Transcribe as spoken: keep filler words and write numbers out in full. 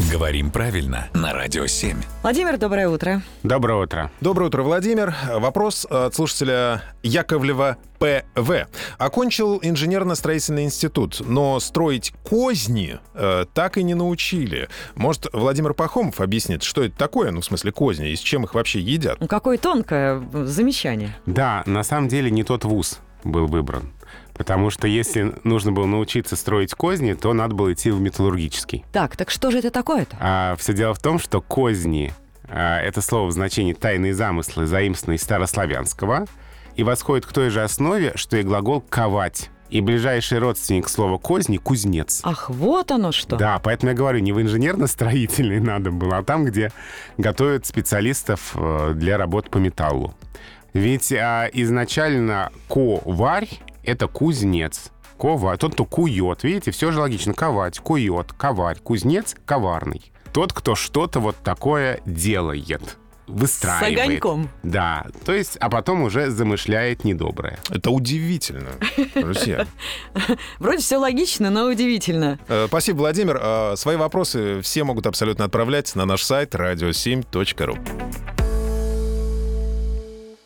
Говорим правильно на Радио семь. Владимир, доброе утро. Доброе утро. Доброе утро, Владимир. Вопрос от слушателя Яковлева П В. Окончил инженерно-строительный институт, но строить козни э, так и не научили. Может, Владимир Пахомов объяснит, что это такое, ну, в смысле, козни, и с чем их вообще едят? Какое тонкое замечание. Да, на самом деле не тот вуз был выбран. Потому что если нужно было научиться строить козни, то надо было идти в металлургический. Так, так что же это такое-то? А, все дело в том, что козни а, — это слово в значении «тайные замыслы», заимствованное из старославянского, и восходит к той же основе, что и глагол «ковать». И ближайший родственник слова «козни» — кузнец. Ах, вот оно что. Да, поэтому я говорю, не в инженерно-строительный надо было, а там, где готовят специалистов для работы по металлу. Ведь а, изначально коварь — это кузнец. Коварь. Тот, кто кует. Видите, все же логично. Ковать, кует, коварь. Кузнец — коварный. Тот, кто что-то вот такое делает. Выстраивает. С огоньком. Да. То есть, а потом уже замышляет недоброе. Это удивительно, друзья. Вроде все логично, но удивительно. Спасибо, Владимир. Свои вопросы все могут абсолютно отправлять на наш сайт радио семь точка ру.